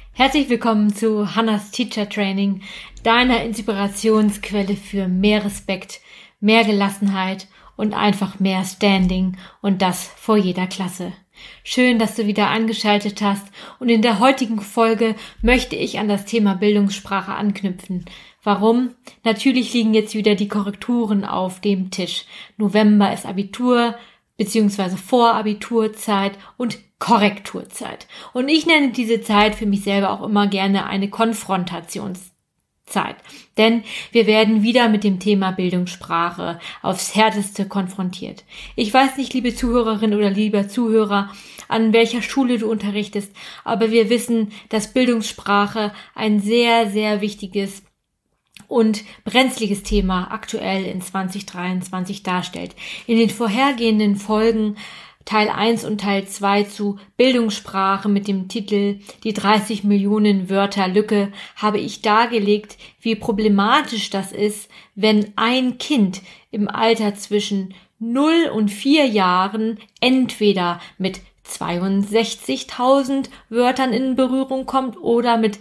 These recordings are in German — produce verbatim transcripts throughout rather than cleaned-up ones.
Herzlich willkommen zu Hannas Teacher Training, deiner Inspirationsquelle für mehr Respekt, mehr Gelassenheit und einfach mehr Standing und das vor jeder Klasse. Schön, dass du wieder eingeschaltet hast und in der heutigen Folge möchte ich an das Thema Bildungssprache anknüpfen. Warum? Natürlich liegen jetzt wieder die Korrekturen auf dem Tisch. November ist Abitur bzw. Vorabiturzeit und Korrekturzeit. Und ich nenne diese Zeit für mich selber auch immer gerne eine Konfrontationszeit. Denn wir werden wieder mit dem Thema Bildungssprache aufs Härteste konfrontiert. Ich weiß nicht, liebe Zuhörerin oder lieber Zuhörer, an welcher Schule du unterrichtest, aber wir wissen, dass Bildungssprache ein sehr, sehr wichtiges und brenzliges Thema aktuell in zwanzig dreiundzwanzig darstellt. In den vorhergehenden Folgen Teil eins und Teil zwei zu Bildungssprache mit dem Titel Die dreißig Millionen Wörter Lücke habe ich dargelegt, wie problematisch das ist, wenn ein Kind im Alter zwischen null und vier Jahren entweder mit zweiundsechzigtausend Wörtern in Berührung kommt oder mit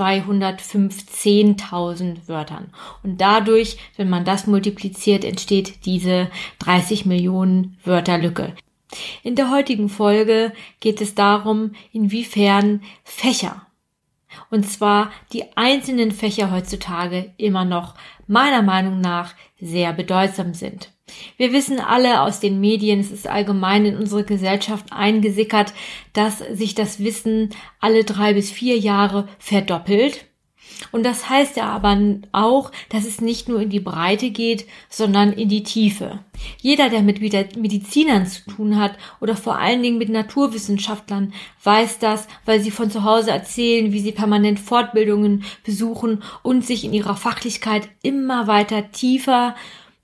zweihundertfünfzehntausend Wörtern. Und dadurch, wenn man das multipliziert, entsteht diese dreißig Millionen Wörter Lücke. In der heutigen Folge geht es darum, inwiefern Fächer, und zwar die einzelnen Fächer heutzutage immer noch meiner Meinung nach sehr bedeutsam sind. Wir wissen alle aus den Medien, es ist allgemein in unsere Gesellschaft eingesickert, dass sich das Wissen alle drei bis vier Jahre verdoppelt. Und das heißt ja aber auch, dass es nicht nur in die Breite geht, sondern in die Tiefe. Jeder, der mit Medizinern zu tun hat oder vor allen Dingen mit Naturwissenschaftlern, weiß das, weil sie von zu Hause erzählen, wie sie permanent Fortbildungen besuchen und sich in ihrer Fachlichkeit immer weiter tiefer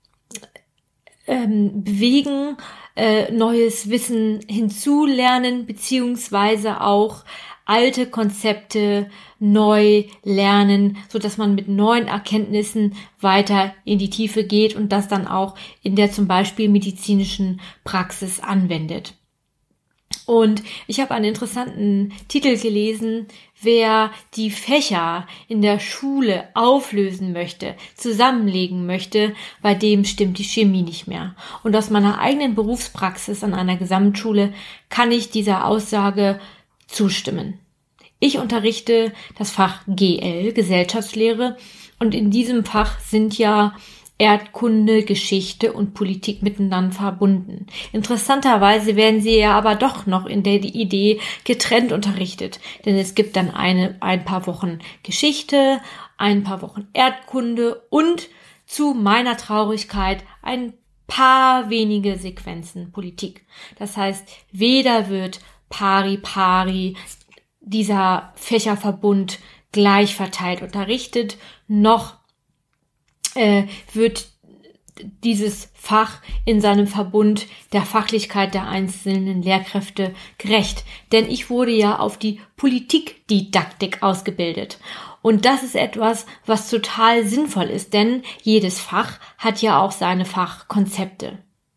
ähm, bewegen, äh, neues Wissen hinzulernen, beziehungsweise auch alte Konzepte neu lernen, so dass man mit neuen Erkenntnissen weiter in die Tiefe geht und das dann auch in der zum Beispiel medizinischen Praxis anwendet. Und ich habe einen interessanten Titel gelesen, wer die Fächer in der Schule auflösen möchte, zusammenlegen möchte, bei dem stimmt die Chemie nicht mehr. Und aus meiner eigenen Berufspraxis an einer Gesamtschule kann ich dieser Aussage zustimmen. Ich unterrichte das Fach G L, Gesellschaftslehre, und in diesem Fach sind ja Erdkunde, Geschichte und Politik miteinander verbunden. Interessanterweise werden sie ja aber doch noch in der Idee getrennt unterrichtet, denn es gibt dann eine, ein paar Wochen Geschichte, ein paar Wochen Erdkunde und zu meiner Traurigkeit ein paar wenige Sequenzen Politik. Das heißt, weder wird pari pari dieser Fächerverbund gleich verteilt unterrichtet, noch äh, wird dieses Fach in seinem Verbund der Fachlichkeit der einzelnen Lehrkräfte gerecht. Denn ich wurde ja auf die Politikdidaktik ausgebildet. Und das ist etwas, was total sinnvoll ist, denn jedes Fach hat ja auch seine Fachkonzepte.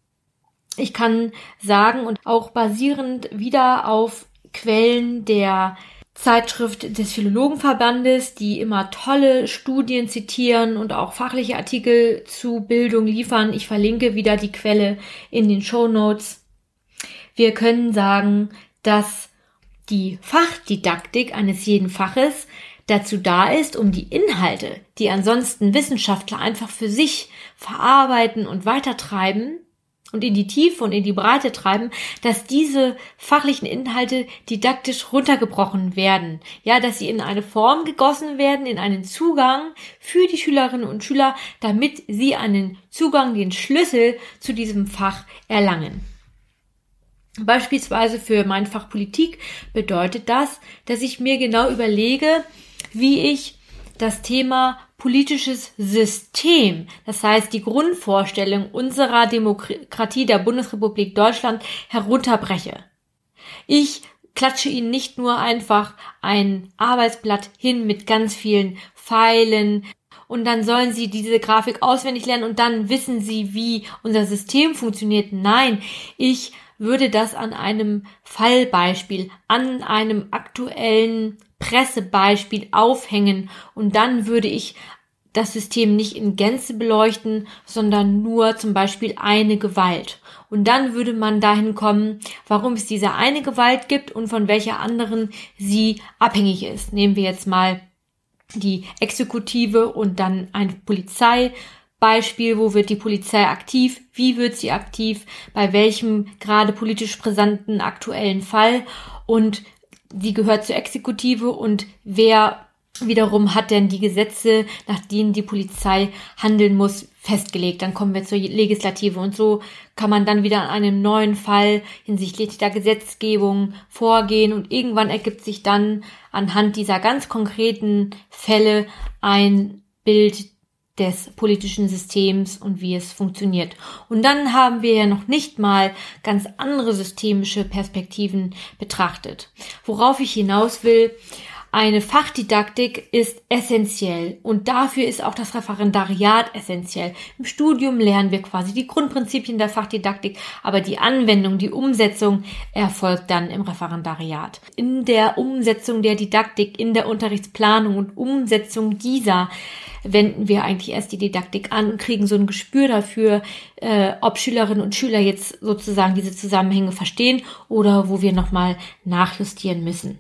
Ich kann sagen, und auch basierend wieder auf Quellen der Zeitschrift des Philologenverbandes, die immer tolle Studien zitieren und auch fachliche Artikel zu Bildung liefern. Ich verlinke wieder die Quelle in den Shownotes. Wir können sagen, dass die Fachdidaktik eines jeden Faches dazu da ist, um die Inhalte, die ansonsten Wissenschaftler einfach für sich verarbeiten und weitertreiben, und in die Tiefe und in die Breite treiben, dass diese fachlichen Inhalte didaktisch runtergebrochen werden. Ja, dass sie in eine Form gegossen werden, in einen Zugang für die Schülerinnen und Schüler, damit sie einen Zugang, den Schlüssel zu diesem Fach erlangen. Beispielsweise für mein Fach Politik bedeutet das, dass ich mir genau überlege, wie ich das Thema politisches System, das heißt die Grundvorstellung unserer Demokratie der Bundesrepublik Deutschland herunterbreche. Ich klatsche Ihnen nicht nur einfach ein Arbeitsblatt hin mit ganz vielen Pfeilen und dann sollen Sie diese Grafik auswendig lernen und dann wissen Sie, wie unser System funktioniert. Nein, ich würde das an einem Fallbeispiel, an einem aktuellen Pressebeispiel aufhängen und dann würde ich das System nicht in Gänze beleuchten, sondern nur zum Beispiel eine Gewalt. Und dann würde man dahin kommen, warum es diese eine Gewalt gibt und von welcher anderen sie abhängig ist. Nehmen wir jetzt mal die Exekutive und dann ein Polizeibeispiel. Wo wird die Polizei aktiv? Wie wird sie aktiv? Bei welchem gerade politisch brisanten aktuellen Fall? Und sie gehört zur Exekutive und wer wiederum hat denn die Gesetze, nach denen die Polizei handeln muss, festgelegt. Dann kommen wir zur Legislative und so kann man dann wieder an einem neuen Fall hinsichtlich der Gesetzgebung vorgehen und irgendwann ergibt sich dann anhand dieser ganz konkreten Fälle ein Bild des politischen Systems und wie es funktioniert. Und dann haben wir ja noch nicht mal ganz andere systemische Perspektiven betrachtet. Worauf ich hinaus will: Eine Fachdidaktik ist essentiell und dafür ist auch das Referendariat essentiell. Im Studium lernen wir quasi die Grundprinzipien der Fachdidaktik, aber die Anwendung, die Umsetzung erfolgt dann im Referendariat. In der Umsetzung der Didaktik, in der Unterrichtsplanung und Umsetzung dieser wenden wir eigentlich erst die Didaktik an und kriegen so ein Gespür dafür, äh, ob Schülerinnen und Schüler jetzt sozusagen diese Zusammenhänge verstehen oder wo wir nochmal nachjustieren müssen.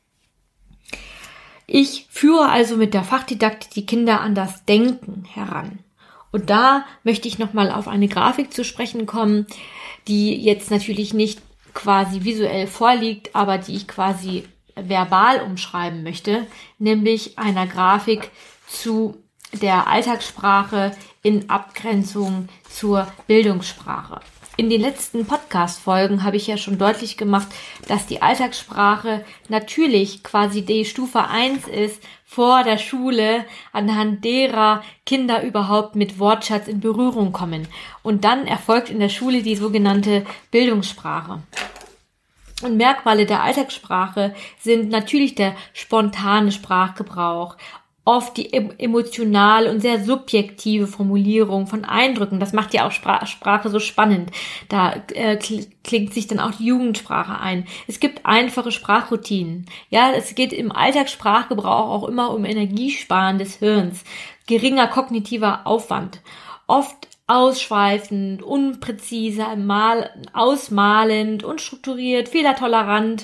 Ich führe also mit der Fachdidaktik die Kinder an das Denken heran. Und da möchte ich nochmal auf eine Grafik zu sprechen kommen, die jetzt natürlich nicht quasi visuell vorliegt, aber die ich quasi verbal umschreiben möchte, nämlich einer Grafik zu der Alltagssprache in Abgrenzung zur Bildungssprache. In den letzten Podcast-Folgen habe ich ja schon deutlich gemacht, dass die Alltagssprache natürlich quasi die Stufe eins ist vor der Schule, anhand derer Kinder überhaupt mit Wortschatz in Berührung kommen. Und dann erfolgt in der Schule die sogenannte Bildungssprache. Und Merkmale der Alltagssprache sind natürlich der spontane Sprachgebrauch, oft die emotionale und sehr subjektive Formulierung von Eindrücken. Das macht ja auch Spra- Sprache so spannend. Da äh, klingt sich dann auch die Jugendsprache ein. Es gibt einfache Sprachroutinen. Ja, es geht im Alltagssprachgebrauch auch immer um Energiesparen des Hirns, geringer kognitiver Aufwand, oft ausschweifend, unpräzise, mal, ausmalend, unstrukturiert, fehlertolerant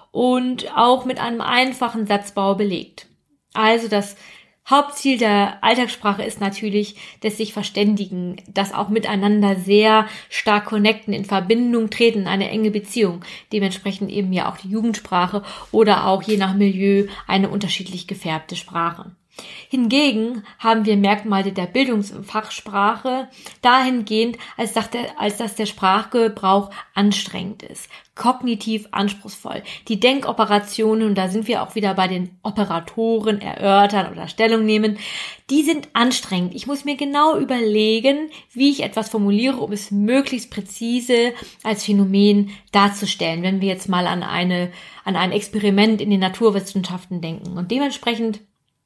und auch mit einem einfachen Satzbau belegt. Also das Hauptziel der Alltagssprache ist natürlich, dass sich verständigen, dass auch miteinander sehr stark connecten, in Verbindung treten, in eine enge Beziehung. Dementsprechend eben ja auch die Jugendsprache oder auch je nach Milieu eine unterschiedlich gefärbte Sprache. Hingegen haben wir Merkmale der Bildungsfachsprache dahingehend, als dass, der, als dass der Sprachgebrauch anstrengend ist, kognitiv anspruchsvoll. Die Denkoperationen, und da sind wir auch wieder bei den Operatoren, erörtern oder Stellung nehmen, die sind anstrengend. Ich muss mir genau überlegen, wie ich etwas formuliere, um es möglichst präzise als Phänomen darzustellen, wenn wir jetzt mal an eine, an ein Experiment in den Naturwissenschaften denken. Und dementsprechend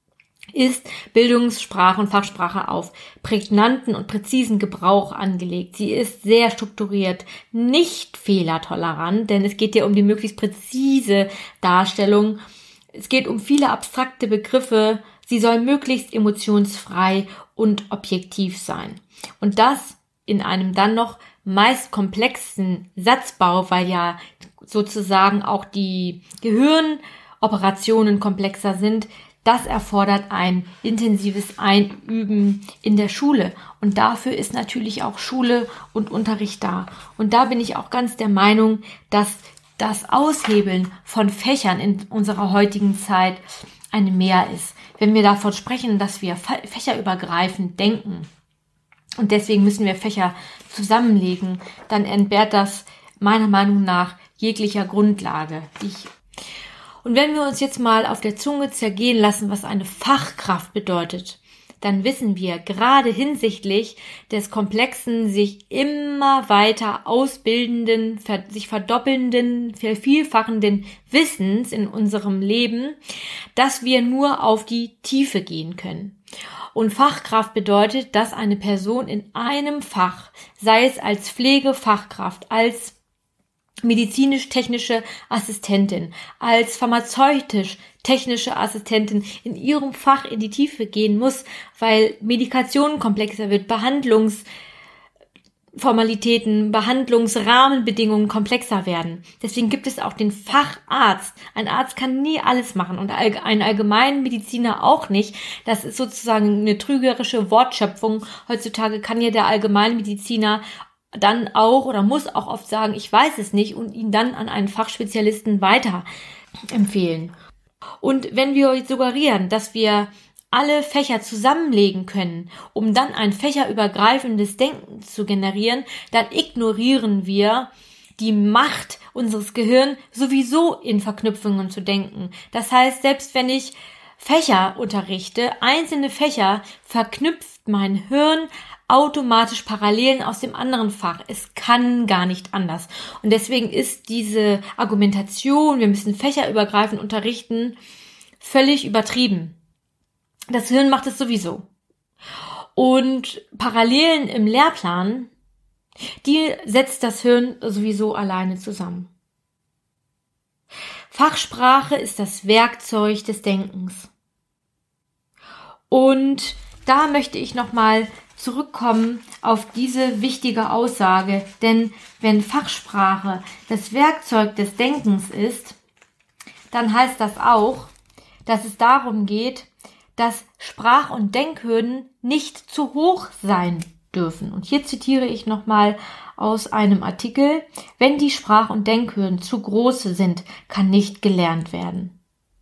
ist Bildungssprache und Fachsprache auf prägnanten und präzisen Gebrauch angelegt. Sie ist sehr strukturiert, nicht fehlertolerant, denn es geht ja um die möglichst präzise Darstellung. Es geht um viele abstrakte Begriffe. Sie soll möglichst emotionsfrei und objektiv sein. Und das in einem dann noch meist komplexen Satzbau, weil ja sozusagen auch die Gehirnoperationen komplexer sind. Das erfordert ein intensives Einüben in der Schule. Und dafür ist natürlich auch Schule und Unterricht da. Und da bin ich auch ganz der Meinung, dass das Aushebeln von Fächern in unserer heutigen Zeit ein Mehr ist. Wenn wir davon sprechen, dass wir fächerübergreifend denken und deswegen müssen wir Fächer zusammenlegen, dann entbehrt das meiner Meinung nach jeglicher Grundlage. Ich Und wenn wir uns jetzt mal auf der Zunge zergehen lassen, was eine Fachkraft bedeutet, dann wissen wir gerade hinsichtlich des komplexen, sich immer weiter ausbildenden, sich verdoppelnden, vervielfachenden Wissens in unserem Leben, dass wir nur auf die Tiefe gehen können. Und Fachkraft bedeutet, dass eine Person in einem Fach, sei es als Pflegefachkraft, als medizinisch-technische Assistentin, als pharmazeutisch-technische Assistentin in ihrem Fach in die Tiefe gehen muss, weil Medikation komplexer wird, Behandlungsformalitäten, Behandlungsrahmenbedingungen komplexer werden. Deswegen gibt es auch den Facharzt. Ein Arzt kann nie alles machen und ein Allgemeinmediziner auch nicht. Das ist sozusagen eine trügerische Wortschöpfung. Heutzutage kann ja der Allgemeinmediziner dann auch oder muss auch oft sagen, ich weiß es nicht und ihn dann an einen Fachspezialisten weiter empfehlen. Und wenn wir suggerieren, dass wir alle Fächer zusammenlegen können, um dann ein fächerübergreifendes Denken zu generieren, dann ignorieren wir die Macht unseres Gehirns sowieso in Verknüpfungen zu denken. Das heißt, selbst wenn ich Fächer unterrichte, einzelne Fächer, verknüpft mein Hirn automatisch Parallelen aus dem anderen Fach. Es kann gar nicht anders. Und deswegen ist diese Argumentation, wir müssen fächerübergreifend unterrichten, völlig übertrieben. Das Hirn macht es sowieso. Und Parallelen im Lehrplan, die setzt das Hirn sowieso alleine zusammen. Fachsprache ist das Werkzeug des Denkens. Und da möchte ich nochmal zurückkommen auf diese wichtige Aussage, denn wenn Fachsprache das Werkzeug des Denkens ist, dann heißt das auch, dass es darum geht, dass Sprach- und Denkhürden nicht zu hoch sein dürfen. Und hier zitiere ich nochmal aus einem Artikel: Wenn die Sprach- und Denkhürden zu groß sind, kann nicht gelernt werden.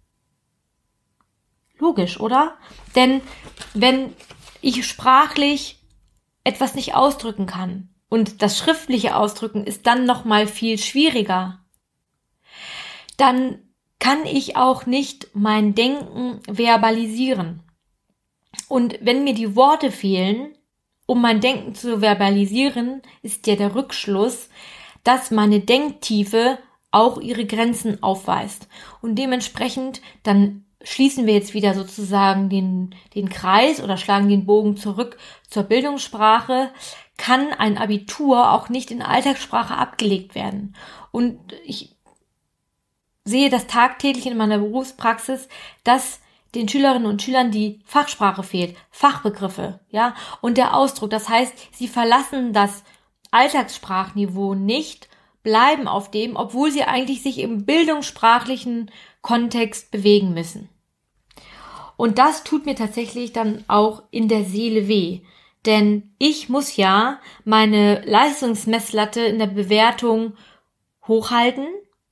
Logisch, oder? Denn wenn ich sprachlich etwas nicht ausdrücken kann und das schriftliche Ausdrücken ist dann nochmal viel schwieriger, dann kann ich auch nicht mein Denken verbalisieren. Und wenn mir die Worte fehlen, um mein Denken zu verbalisieren, ist ja der Rückschluss, dass meine Denktiefe auch ihre Grenzen aufweist. Und dementsprechend dann schließen wir jetzt wieder sozusagen den, den Kreis oder schlagen den Bogen zurück zur Bildungssprache, kann ein Abitur auch nicht in Alltagssprache abgelegt werden. Und ich sehe das tagtäglich in meiner Berufspraxis, dass den Schülerinnen und Schülern die Fachsprache fehlt, Fachbegriffe, ja, und der Ausdruck. Das heißt, sie verlassen das Alltagssprachniveau nicht, bleiben auf dem, obwohl sie eigentlich sich im bildungssprachlichen Kontext bewegen müssen. Und das tut mir tatsächlich dann auch in der Seele weh. Denn ich muss ja meine Leistungsmesslatte in der Bewertung hochhalten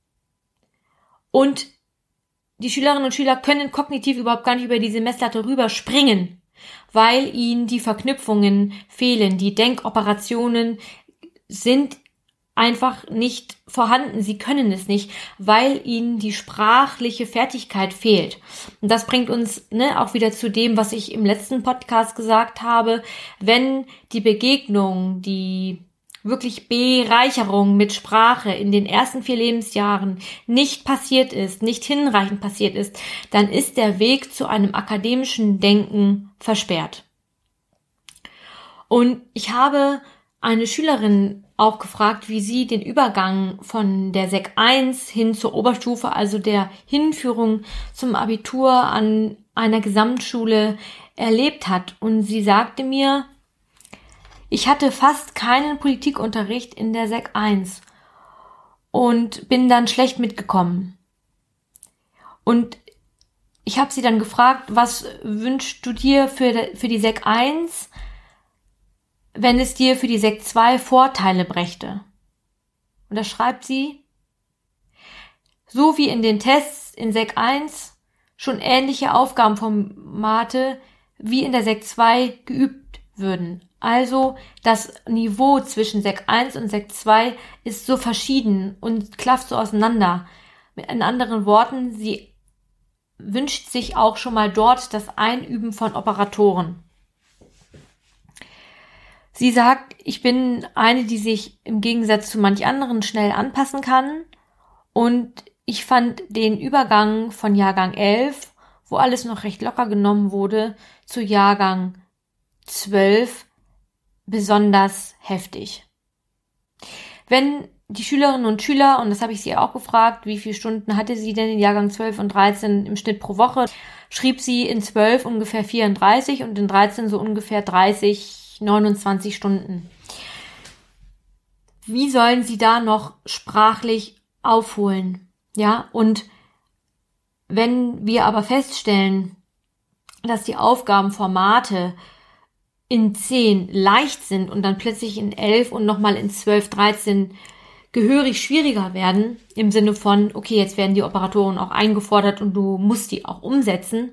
und die Schülerinnen und Schüler können kognitiv überhaupt gar nicht über diese Messlatte rüberspringen, weil ihnen die Verknüpfungen fehlen. Die Denkoperationen sind einfach nicht vorhanden. Sie können es nicht, weil ihnen die sprachliche Fertigkeit fehlt. Und das bringt uns ne, auch wieder zu dem, was ich im letzten Podcast gesagt habe. Wenn die Begegnung, die wirklich Bereicherung mit Sprache in den ersten vier Lebensjahren nicht passiert ist, nicht hinreichend passiert ist, dann ist der Weg zu einem akademischen Denken versperrt. Und ich habe eine Schülerin auch gefragt, wie sie den Übergang von der Sek eins hin zur Oberstufe, also der Hinführung zum Abitur an einer Gesamtschule erlebt hat. Und sie sagte mir, ich hatte fast keinen Politikunterricht in der Sek eins und bin dann schlecht mitgekommen. Und ich habe sie dann gefragt, was wünschst du dir für, für die Sek eins, wenn es dir für die Sek zwei Vorteile brächte? Und da schreibt sie, so wie in den Tests in Sek eins schon ähnliche Aufgabenformate wie in der Sek zwei geübt würden. Also das Niveau zwischen Sek eins und Sek zwei ist so verschieden und klafft so auseinander. In anderen Worten, sie wünscht sich auch schon mal dort das Einüben von Operatoren. Sie sagt, ich bin eine, die sich im Gegensatz zu manch anderen schnell anpassen kann, und ich fand den Übergang von Jahrgang elf, wo alles noch recht locker genommen wurde, zu Jahrgang zwölf besonders heftig. Wenn die Schülerinnen und Schüler, und das habe ich sie auch gefragt, wie viele Stunden hatte sie denn in Jahrgang zwölf und dreizehn im Schnitt pro Woche, schrieb sie in zwölf ungefähr vierunddreißig und in dreizehn so ungefähr dreißig, neunundzwanzig Stunden. Wie sollen sie da noch sprachlich aufholen? Ja, und wenn wir aber feststellen, dass die Aufgabenformate in zehn leicht sind und dann plötzlich in elf und nochmal in zwölf, dreizehn gehörig schwieriger werden, im Sinne von, okay, jetzt werden die Operatoren auch eingefordert und du musst die auch umsetzen,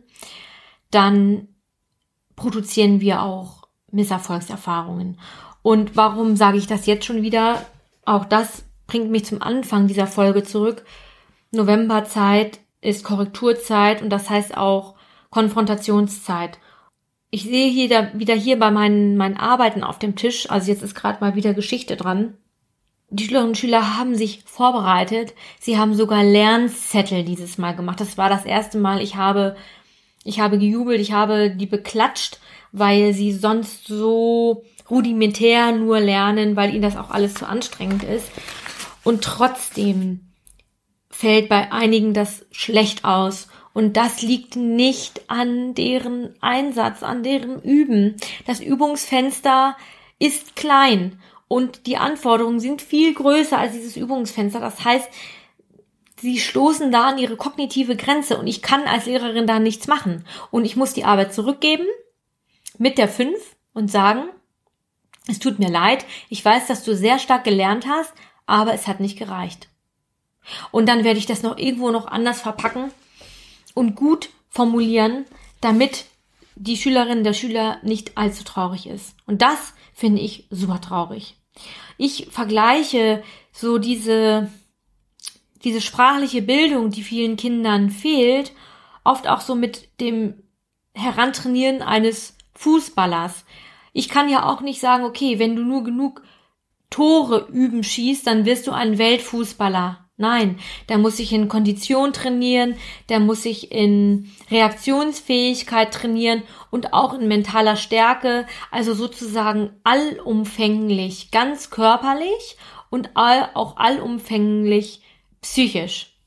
dann produzieren wir auch Misserfolgserfahrungen. Und warum sage ich das jetzt schon wieder? Auch das bringt mich zum Anfang dieser Folge zurück. Novemberzeit ist Korrekturzeit und das heißt auch Konfrontationszeit. Ich sehe hier da wieder hier bei meinen, meinen Arbeiten auf dem Tisch, also jetzt ist gerade mal wieder Geschichte dran. Die Schülerinnen und Schüler haben sich vorbereitet. Sie haben sogar Lernzettel dieses Mal gemacht. Das war das erste Mal. Ich habe, ich habe gejubelt, ich habe die beklatscht, weil sie sonst so rudimentär nur lernen, weil ihnen das auch alles zu anstrengend ist. Und trotzdem fällt bei einigen das schlecht aus. Und das liegt nicht an deren Einsatz, an deren Üben. Das Übungsfenster ist klein und die Anforderungen sind viel größer als dieses Übungsfenster. Das heißt, sie stoßen da an ihre kognitive Grenze und ich kann als Lehrerin da nichts machen. Und ich muss die Arbeit zurückgeben mit der fünf und sagen, es tut mir leid, ich weiß, dass du sehr stark gelernt hast, aber es hat nicht gereicht. Und dann werde ich das noch irgendwo noch anders verpacken und gut formulieren, damit die Schülerin, der Schüler nicht allzu traurig ist. Und das finde ich super traurig. Ich vergleiche so diese, diese sprachliche Bildung, die vielen Kindern fehlt, oft auch so mit dem Herantrainieren eines Fußballers. Ich kann ja auch nicht sagen, okay, wenn du nur genug Tore üben schießt, dann wirst du ein Weltfußballer. Nein, der muss sich in Kondition trainieren, der muss sich in Reaktionsfähigkeit trainieren und auch in mentaler Stärke, also sozusagen allumfänglich, ganz körperlich und all, auch allumfänglich psychisch.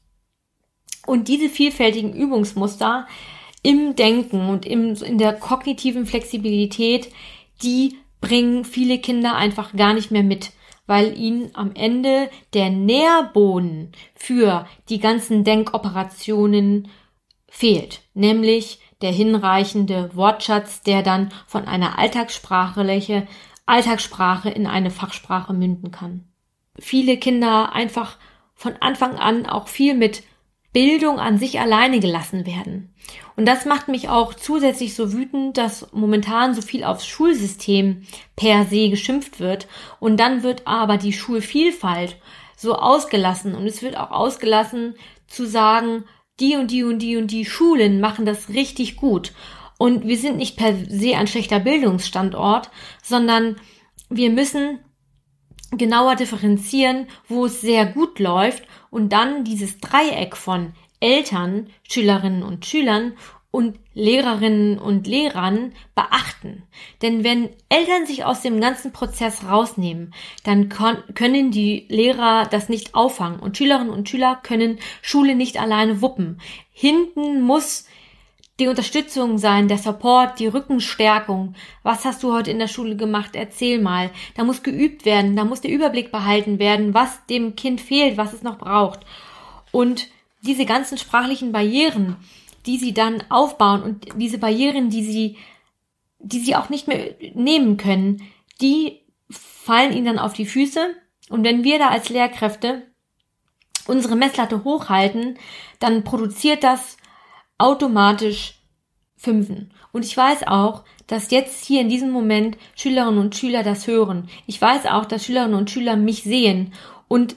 Und diese vielfältigen Übungsmuster im Denken und im, in der kognitiven Flexibilität, die bringen viele Kinder einfach gar nicht mehr mit, weil ihnen am Ende der Nährboden für die ganzen Denkoperationen fehlt, nämlich der hinreichende Wortschatz, der dann von einer alltagssprachliche Alltagssprache in eine Fachsprache münden kann. Viele Kinder einfach von Anfang an auch viel mit Bildung an sich alleine gelassen werden. Und das macht mich auch zusätzlich so wütend, dass momentan so viel aufs Schulsystem per se geschimpft wird. Und dann wird aber die Schulvielfalt so ausgelassen. Und es wird auch ausgelassen zu sagen, die und die und die und die Schulen machen das richtig gut. Und wir sind nicht per se ein schlechter Bildungsstandort, sondern wir müssen genauer differenzieren, wo es sehr gut läuft und dann dieses Dreieck von Eltern, Schülerinnen und Schülern und Lehrerinnen und Lehrern beachten. Denn wenn Eltern sich aus dem ganzen Prozess rausnehmen, dann können die Lehrer das nicht auffangen und Schülerinnen und Schüler können Schule nicht alleine wuppen. Hinten muss die Unterstützung sein, der Support, die Rückenstärkung. Was hast du heute in der Schule gemacht? Erzähl mal. Da muss geübt werden, da muss der Überblick behalten werden, was dem Kind fehlt, was es noch braucht. Und diese ganzen sprachlichen Barrieren, die sie dann aufbauen und diese Barrieren, die sie, die sie auch nicht mehr nehmen können, die fallen ihnen dann auf die Füße. Und wenn wir da als Lehrkräfte unsere Messlatte hochhalten, dann produziert das automatisch Fünfen. Und ich weiß auch, dass jetzt hier in diesem Moment Schülerinnen und Schüler das hören. Ich weiß auch, dass Schülerinnen und Schüler mich sehen. Und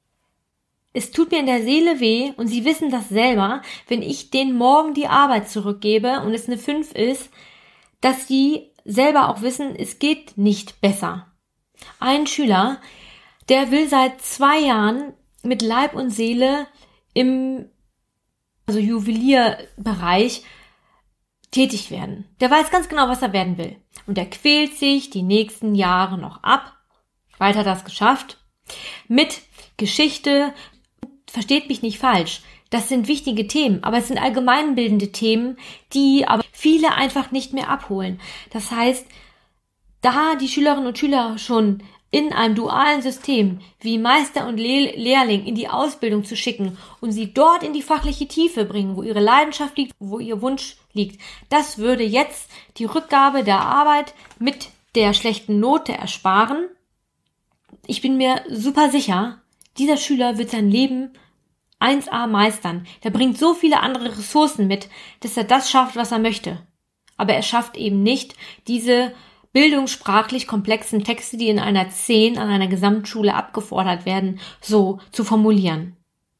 es tut mir in der Seele weh und sie wissen das selber, wenn ich denen morgen die Arbeit zurückgebe und es eine fünf ist, dass sie selber auch wissen, es geht nicht besser. Ein Schüler, der will seit zwei Jahren mit Leib und Seele im also Juwelierbereich tätig werden. Der weiß ganz genau, was er werden will. Und er quält sich die nächsten Jahre noch ab. Bald hat er es geschafft. Mit Geschichte, versteht mich nicht falsch, das sind wichtige Themen, aber es sind allgemeinbildende Themen, die aber viele einfach nicht mehr abholen. Das heißt, da die Schülerinnen und Schüler schon in einem dualen System wie Meister und Le- Lehrling in die Ausbildung zu schicken und sie dort in die fachliche Tiefe bringen, wo ihre Leidenschaft liegt, wo ihr Wunsch liegt, das würde jetzt die Rückgabe der Arbeit mit der schlechten Note ersparen. Ich bin mir super sicher, dieser Schüler wird sein Leben eins a meistern. Der bringt so viele andere Ressourcen mit, dass er das schafft, was er möchte. Aber er schafft eben nicht, diese bildungssprachlich komplexen Texte, die in einer zehn an einer Gesamtschule abgefordert werden, so zu formulieren.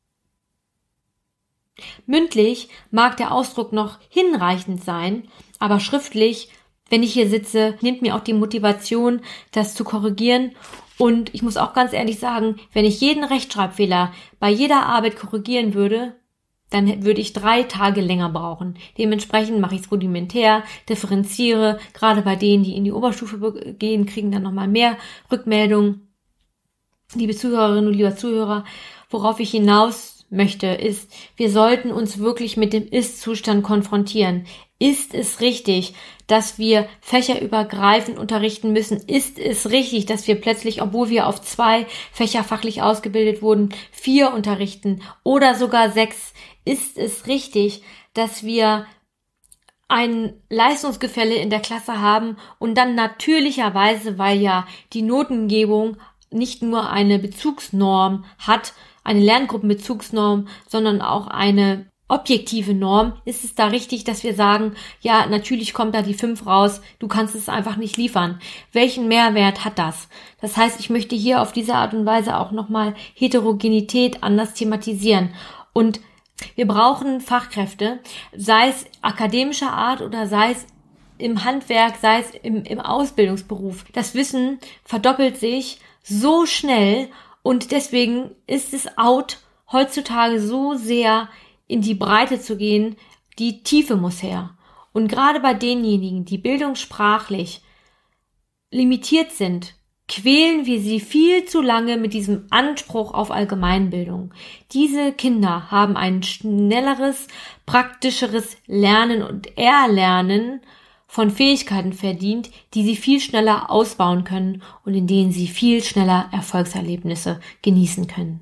Mündlich mag der Ausdruck noch hinreichend sein, aber schriftlich, wenn ich hier sitze, nimmt mir auch die Motivation, das zu korrigieren. Und ich muss auch ganz ehrlich sagen, wenn ich jeden Rechtschreibfehler bei jeder Arbeit korrigieren würde, dann würde ich drei Tage länger brauchen. Dementsprechend mache ich es rudimentär, differenziere. Gerade bei denen, die in die Oberstufe gehen, kriegen dann nochmal mehr Rückmeldungen. Liebe Zuhörerinnen und lieber Zuhörer, worauf ich hinaus möchte, ist, wir sollten uns wirklich mit dem Ist-Zustand konfrontieren. Ist es richtig, dass wir fächerübergreifend unterrichten müssen? Ist es richtig, dass wir plötzlich, obwohl wir auf zwei Fächer fachlich ausgebildet wurden, vier unterrichten oder sogar sechs? Ist es richtig, dass wir ein Leistungsgefälle in der Klasse haben und dann natürlicherweise, weil ja die Notengebung nicht nur eine Bezugsnorm hat, eine Lerngruppenbezugsnorm, sondern auch eine objektive Norm, ist es da richtig, dass wir sagen, ja, natürlich kommt da die fünf raus, du kannst es einfach nicht liefern. Welchen Mehrwert hat das? Das heißt, ich möchte hier auf diese Art und Weise auch nochmal Heterogenität anders thematisieren. Und wir brauchen Fachkräfte, sei es akademischer Art oder sei es im Handwerk, sei es im, im Ausbildungsberuf. Das Wissen verdoppelt sich so schnell und deswegen ist es out, heutzutage so sehr in die Breite zu gehen, die Tiefe muss her. Und gerade bei denjenigen, die bildungssprachlich limitiert sind, quälen wir sie viel zu lange mit diesem Anspruch auf Allgemeinbildung. Diese Kinder haben ein schnelleres, praktischeres Lernen und Erlernen von Fähigkeiten verdient, die sie viel schneller ausbauen können und in denen sie viel schneller Erfolgserlebnisse genießen können.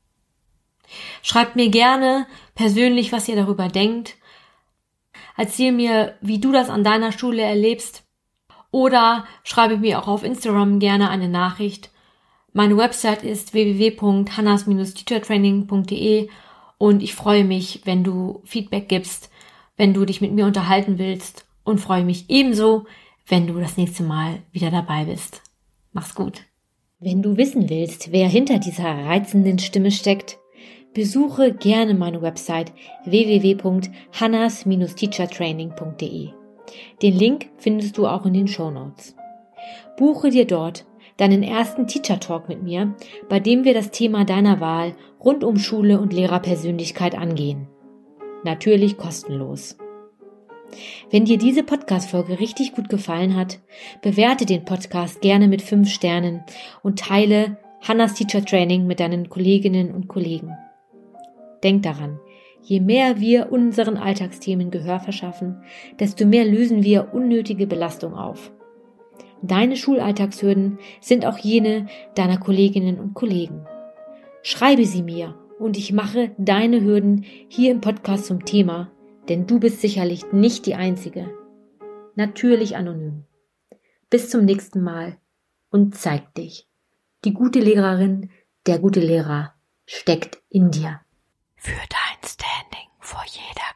Schreibt mir gerne persönlich, was ihr darüber denkt. Erzähl mir, wie du das an deiner Schule erlebst. Oder schreibe mir auch auf Instagram gerne eine Nachricht. Meine Website ist w w w punkt hannas Bindestrich teachertraining punkt d e und ich freue mich, wenn du Feedback gibst, wenn du dich mit mir unterhalten willst und freue mich ebenso, wenn du das nächste Mal wieder dabei bist. Mach's gut. Wenn du wissen willst, wer hinter dieser reizenden Stimme steckt, besuche gerne meine Website w w w punkt hannas Bindestrich teachertraining punkt d e. Den Link findest du auch in den Shownotes. Buche dir dort deinen ersten Teacher Talk mit mir, bei dem wir das Thema deiner Wahl rund um Schule und Lehrerpersönlichkeit angehen. Natürlich kostenlos. Wenn dir diese Podcast-Folge richtig gut gefallen hat, bewerte den Podcast gerne mit fünf Sternen und teile Hannas Teacher Training mit deinen Kolleginnen und Kollegen. Denk daran, je mehr wir unseren Alltagsthemen Gehör verschaffen, desto mehr lösen wir unnötige Belastung auf. Deine Schulalltagshürden sind auch jene deiner Kolleginnen und Kollegen. Schreibe sie mir und ich mache deine Hürden hier im Podcast zum Thema, denn du bist sicherlich nicht die Einzige. Natürlich anonym. Bis zum nächsten Mal und zeig dich. Die gute Lehrerin, der gute Lehrer steckt in dir. Für dein Standing vor jeder